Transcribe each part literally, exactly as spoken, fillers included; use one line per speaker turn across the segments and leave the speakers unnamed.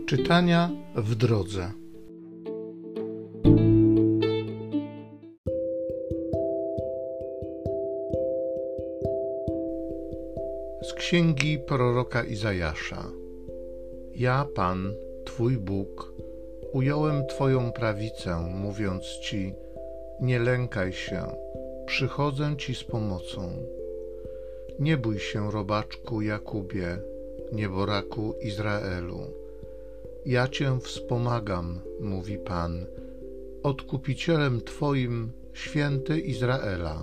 Czytania w drodze. Z księgi proroka Izajasza. Ja, Pan, Twój Bóg, ująłem Twoją prawicę, mówiąc Ci: nie lękaj się, przychodzę Ci z pomocą. Nie bój się, robaczku Jakubie, nieboraku Izraelu. Ja Cię wspomagam, mówi Pan, Odkupicielem Twoim, święty Izraela.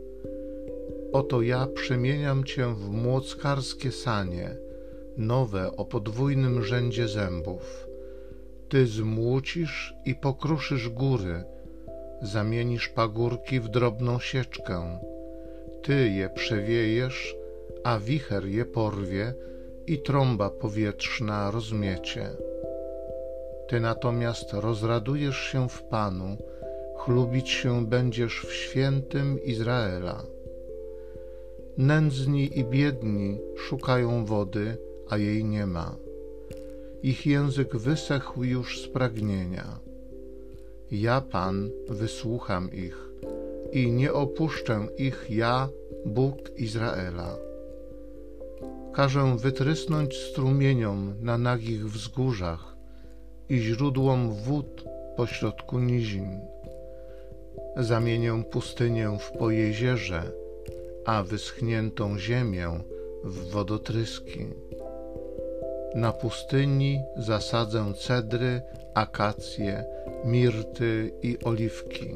Oto ja przemieniam Cię w młockarskie sanie, nowe o podwójnym rzędzie zębów. Ty zmłócisz i pokruszysz góry, zamienisz pagórki w drobną sieczkę. Ty je przewiejesz, a wicher je porwie i trąba powietrzna rozmiecie. Ty natomiast rozradujesz się w Panu, chlubić się będziesz w świętym Izraela. Nędzni i biedni szukają wody, a jej nie ma. Ich język wysechł już z pragnienia. Ja, Pan, wysłucham ich i nie opuszczę ich ja, Bóg Izraela. Każę wytrysnąć strumieniom na nagich wzgórzach i źródłom wód pośrodku nizin. Zamienię pustynię w pojezierze, a wyschniętą ziemię w wodotryski. Na pustyni zasadzę cedry, akacje, mirty i oliwki.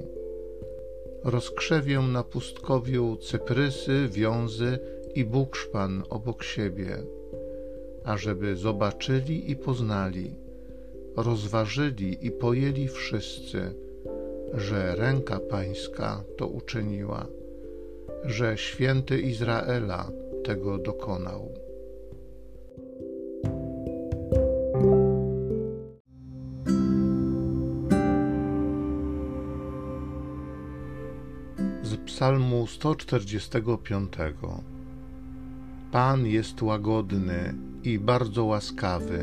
Rozkrzewię na pustkowiu cyprysy, wiązy i bukszpan obok siebie, ażeby zobaczyli i poznali, rozważyli i pojęli wszyscy, że ręka Pańska to uczyniła, że święty Izraela tego dokonał. Z Psalmu sto czterdziestego piątego. Pan jest łagodny i bardzo łaskawy.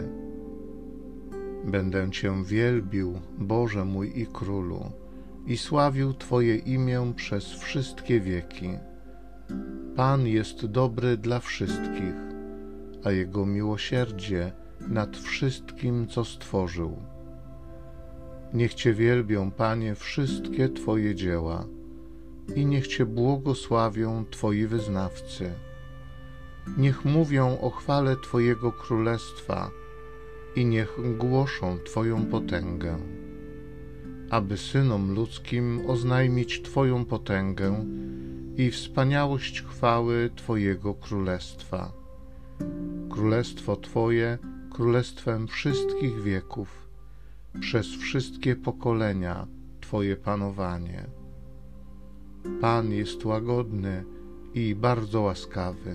Będę Cię wielbił, Boże mój i Królu, i sławił Twoje imię przez wszystkie wieki. Pan jest dobry dla wszystkich, a Jego miłosierdzie nad wszystkim, co stworzył. Niech Cię wielbią, Panie, wszystkie Twoje dzieła i niech Cię błogosławią Twoi wyznawcy. Niech mówią o chwale Twojego królestwa i niech głoszą Twoją potęgę, aby synom ludzkim oznajmić Twoją potęgę i wspaniałość chwały Twojego królestwa. Królestwo Twoje królestwem wszystkich wieków, przez wszystkie pokolenia Twoje panowanie. Pan jest łagodny i bardzo łaskawy.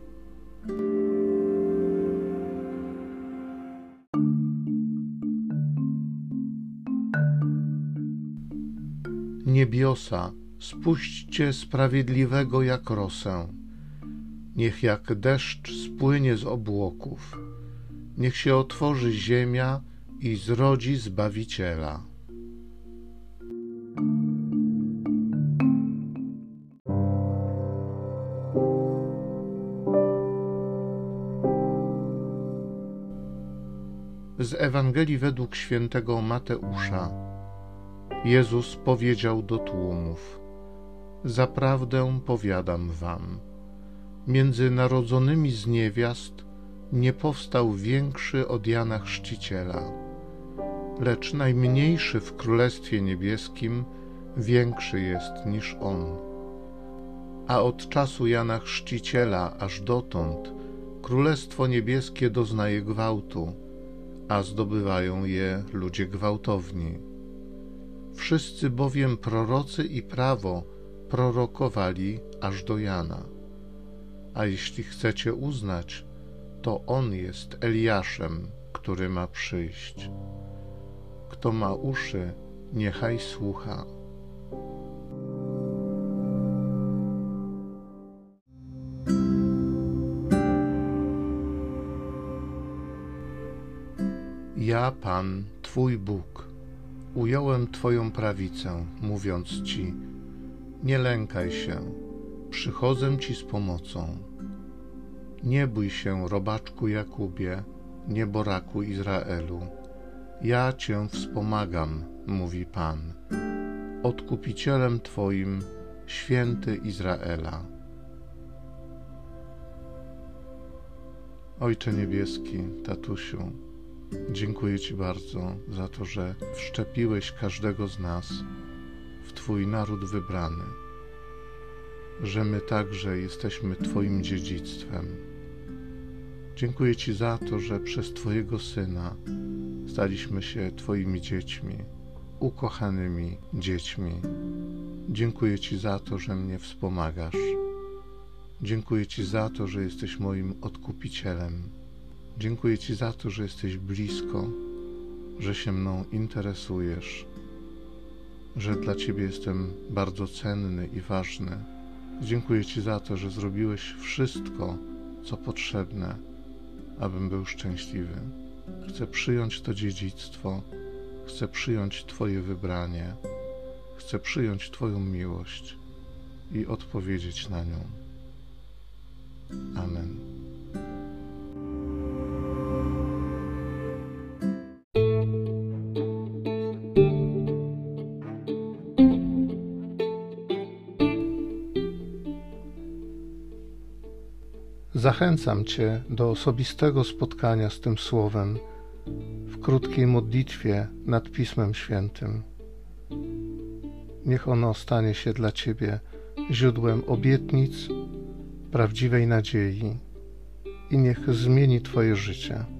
Niebiosa, spuśćcie sprawiedliwego jak rosę. Niech jak deszcz spłynie z obłoków. Niech się otworzy ziemia i zrodzi Zbawiciela. Z Ewangelii według świętego Mateusza. Jezus powiedział do tłumów: zaprawdę powiadam wam, między narodzonymi z niewiast nie powstał większy od Jana Chrzciciela, lecz najmniejszy w Królestwie Niebieskim większy jest niż on. A od czasu Jana Chrzciciela aż dotąd Królestwo Niebieskie doznaje gwałtu, a zdobywają je ludzie gwałtowni. Wszyscy bowiem prorocy i prawo prorokowali aż do Jana. A jeśli chcecie uznać, to on jest Eliaszem, który ma przyjść. Kto ma uszy, niechaj słucha. Ja, Pan, Twój Bóg, ująłem Twoją prawicę, mówiąc Ci: nie lękaj się, przychodzę Ci z pomocą. Nie bój się, robaczku Jakubie, nieboraku Izraelu. Ja Cię wspomagam, mówi Pan, Odkupicielem Twoim, Święty Izraela. Ojcze Niebieski, Tatusiu, dziękuję Ci bardzo za to, że wszczepiłeś każdego z nas w Twój naród wybrany, że my także jesteśmy Twoim dziedzictwem. Dziękuję Ci za to, że przez Twojego Syna staliśmy się Twoimi dziećmi, ukochanymi dziećmi. Dziękuję Ci za to, że mnie wspomagasz. Dziękuję Ci za to, że jesteś moim Odkupicielem. Dziękuję Ci za to, że jesteś blisko, że się mną interesujesz, że dla Ciebie jestem bardzo cenny i ważny. Dziękuję Ci za to, że zrobiłeś wszystko, co potrzebne, abym był szczęśliwy. Chcę przyjąć to dziedzictwo, chcę przyjąć Twoje wybranie, chcę przyjąć Twoją miłość i odpowiedzieć na nią. Amen. Zachęcam Cię do osobistego spotkania z tym Słowem w krótkiej modlitwie nad Pismem Świętym. Niech ono stanie się dla Ciebie źródłem obietnic, prawdziwej nadziei i niech zmieni Twoje życie.